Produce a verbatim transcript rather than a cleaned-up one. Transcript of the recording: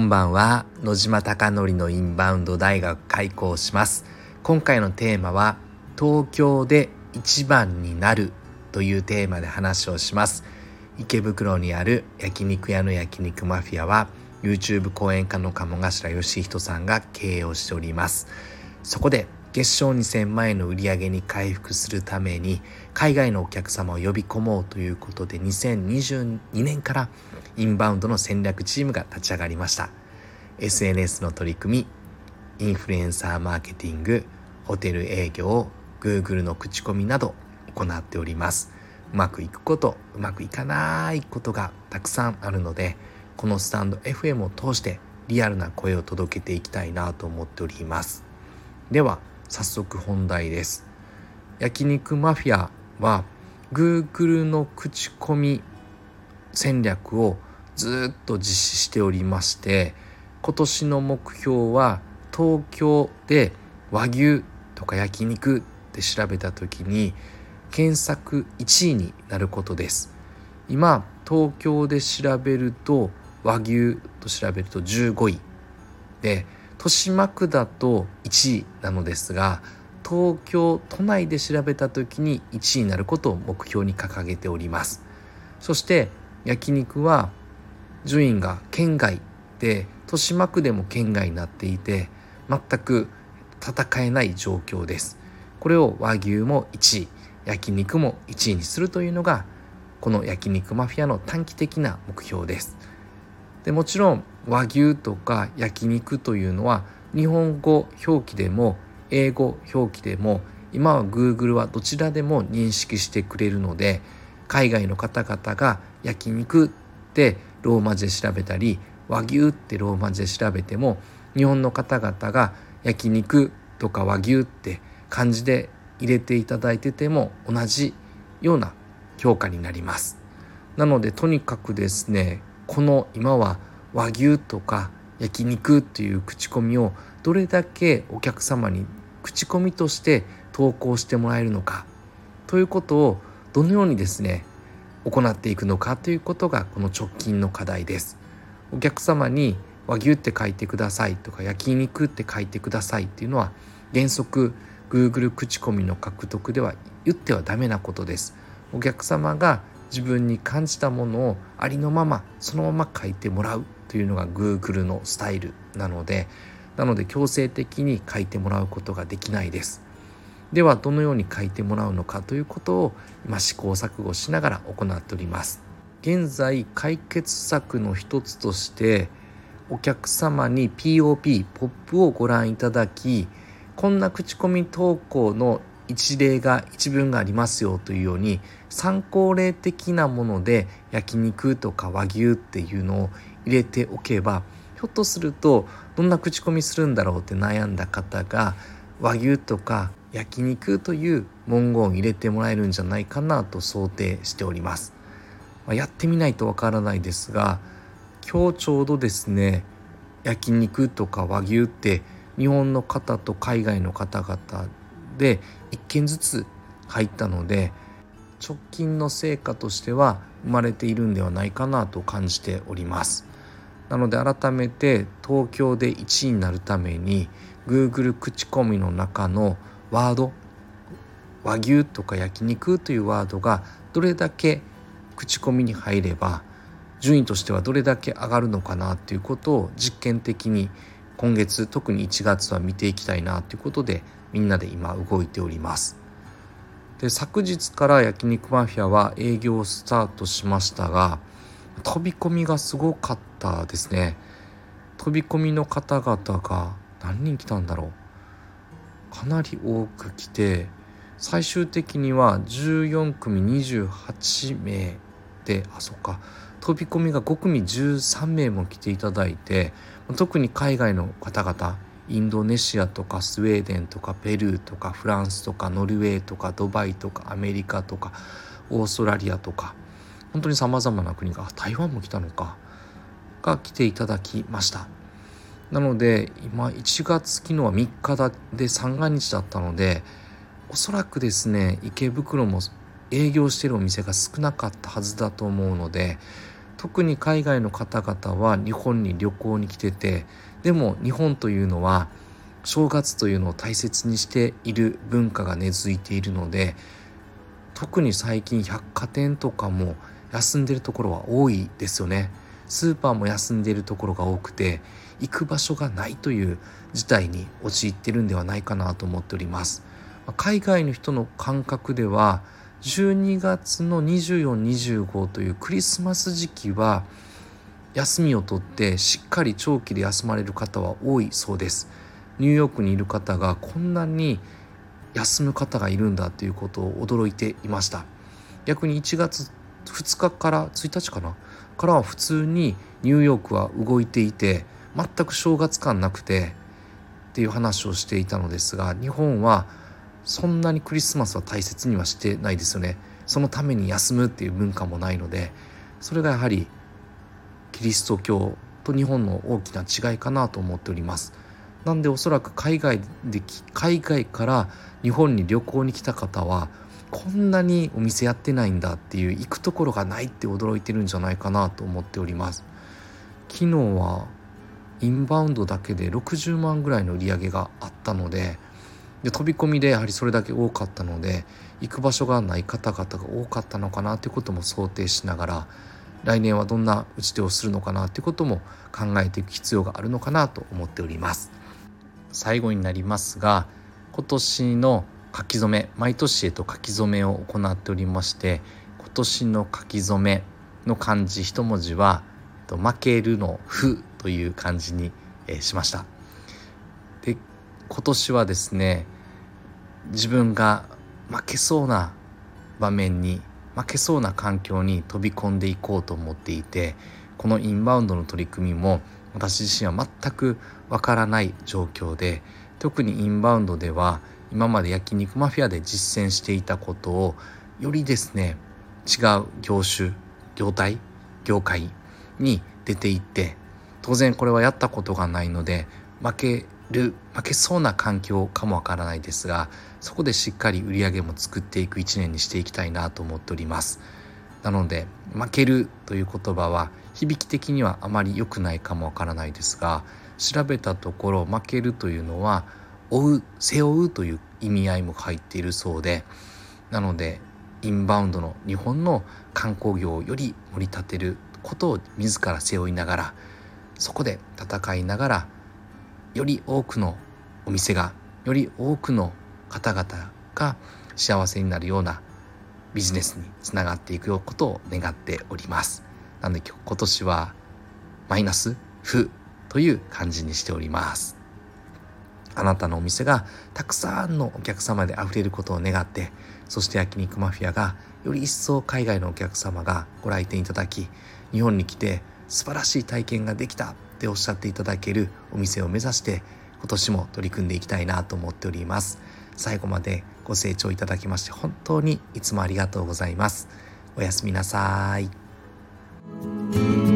んばんは。野島貴則のインバウンド大学開講します。今回のテーマは東京で一番になるというテーマで話をします。池袋にある焼肉屋の焼肉マフィアは YouTube 講演家の鴨頭義人さんが経営をしております。そこで月商にせんまんえんの売り上げに回復するために海外のお客様を呼び込もうということでにせんにじゅうにねんからインバウンドの戦略チームが立ち上がりました。 エスエヌエス の取り組み、インフルエンサーマーケティング、ホテル営業、 Google の口コミなど行っております。うまくいくこと、うまくいかないことがたくさんあるので、このスタンド エフエム を通してリアルな声を届けていきたいなと思っております。では早速本題です。焼肉マフィアは Google の口コミ戦略をずっと実施しておりまして、今年の目標は東京で和牛とか焼肉って調べた時に検索いちいになることです。今東京で調べると和牛と調べるとじゅうごいで、豊島区だといちいなのですが、東京都内で調べた時にいちいになることを目標に掲げております。そして焼肉は順位が県外で、豊島区でも県外になっていて全く戦えない状況です。これを和牛もいちい、焼肉もいちいにするというのがこの焼肉マフィアの短期的な目標です。でもちろん和牛とか焼肉というのは日本語表記でも英語表記でも今は Google はどちらでも認識してくれるので、海外の方々が焼肉ってローマ字で調べたり和牛ってローマ字で調べても、日本の方々が焼肉とか和牛って漢字で入れていただいてても同じような評価になります。なのでとにかくですね、この今は和牛とか焼肉っていう口コミをどれだけお客様に口コミとして投稿してもらえるのかということをどのようにですね行っていくのかということがこの直近の課題です。お客様に和牛って書いてくださいとか焼肉って書いてくださいっていうのは原則 Google 口コミの獲得では言ってはダメなことです。お客様が自分に感じたものをありのままそのまま書いてもらうというのが Google のスタイルなのでなので強制的に書いてもらうことができないです。ではどのように書いてもらうのかということを今試行錯誤しながら行っております。現在解決策の一つとしてお客様に ピーオーピー ポップをご覧いただき、こんな口コミ投稿の一例が一文がありますよというように参考例的なもので焼肉とか和牛っていうのを入れておけば、ひょっとするとどんな口コミするんだろうって悩んだ方が和牛とか焼肉という文言を入れてもらえるんじゃないかなと想定しております。やってみないとわからないですが、今日ちょうどですね焼肉とか和牛って日本の方と海外の方々でいっけんずつ入ったので、直近の成果としては生まれているんではないかなと感じております。なので改めて東京でいちいになるために Google 口コミの中のワード、和牛とか焼肉というワードがどれだけ口コミに入れば順位としてはどれだけ上がるのかなということを実験的に今月特にいちがつは見ていきたいなということでみんなで今動いております。で昨日から焼肉マフィアは営業をスタートしましたが、飛び込みがすごかったですね。飛び込みの方々が何人来たんだろう、かなり多く来て、最終的にはじゅうよんくみにじゅうはちめいで、あそっか飛び込みがごくみじゅうさんめいも来ていただいて、特に海外の方々、インドネシアとかスウェーデンとかペルーとかフランスとかノルウェーとかドバイとかアメリカとかオーストラリアとか本当にさまざまな国が、台湾も来たのかが来ていただきました。なので今いちがつ、昨日はみっかだで三が日だったので、おそらくですね池袋も営業しているお店が少なかったはずだと思うので、 特に海外の方々は日本に旅行に来てて、でも日本というのは正月というのを大切にしている文化が根付いているので、特に最近百貨店とかも休んでるところは多いですよね。スーパーも休んでいるところが多くて、行く場所がないという事態に陥っているんではないかなと思っております。海外の人の感覚ではじゅうにがつのにじゅうよん、にじゅうごというクリスマス時期は休みを取ってしっかり長期で休まれる方は多いそうです。ニューヨークにいる方がこんなに休む方がいるんだということを驚いていました。逆にいちがつふつかからついたちかなからは普通にニューヨークは動いていて、全く正月感なくてっていう話をしていたのですが、日本はそんなにクリスマスは大切にはしてないですよね。そのために休むっていう文化もないので、それがやはりキリスト教と日本の大きな違いかなと思っております。なんでおそらく海外で海外から日本に旅行に来た方は、こんなにお店やってないんだっていう、行くところがないって驚いてるんじゃないかなと思っております。昨日はインバウンドだけでろくじゅうまんぐらいの売り上げがあったので、で飛び込みでやはりそれだけ多かったので、行く場所がない方々が多かったのかなということも想定しながら、来年はどんな打ち手をするのかなということも考えていく必要があるのかなと思っております。最後になりますが、今年の書き初め、毎年へと書き初めを行っておりまして、今年の書き初めの漢字一文字は負けるの負という漢字にしました。で、今年はですね、自分が負けそうな場面に、負けそうな環境に飛び込んでいこうと思っていて、このインバウンドの取り組みも私自身は全くわからない状況で、特にインバウンドでは今まで焼肉マフィアで実践していたことをよりですね、違う業種、業態、業界に出ていって、当然これはやったことがないので負ける負けそうな環境かもわからないですが、そこでしっかり売り上げも作っていく一年にしていきたいなと思っております。なので負けるという言葉は響き的にはあまり良くないかもわからないですが、調べたところ負けるというのは負う、背負うという意味合いも入っているそうで、なのでインバウンドの日本の観光業をより盛り立てることを自ら背負いながら、そこで戦いながら、より多くのお店が、より多くの方々が幸せになるようなビジネスにつながっていくことを願っております。なので今年はマイナス負という漢字にしております。あなたのお店がたくさんのお客様であふれることを願って、そして焼肉マフィアがより一層海外のお客様がご来店いただき、日本に来て素晴らしい体験ができたっておっしゃっていただけるお店を目指して今年も取り組んでいきたいなと思っております。最後までご清聴いただきまして本当にいつもありがとうございます。おやすみなさい。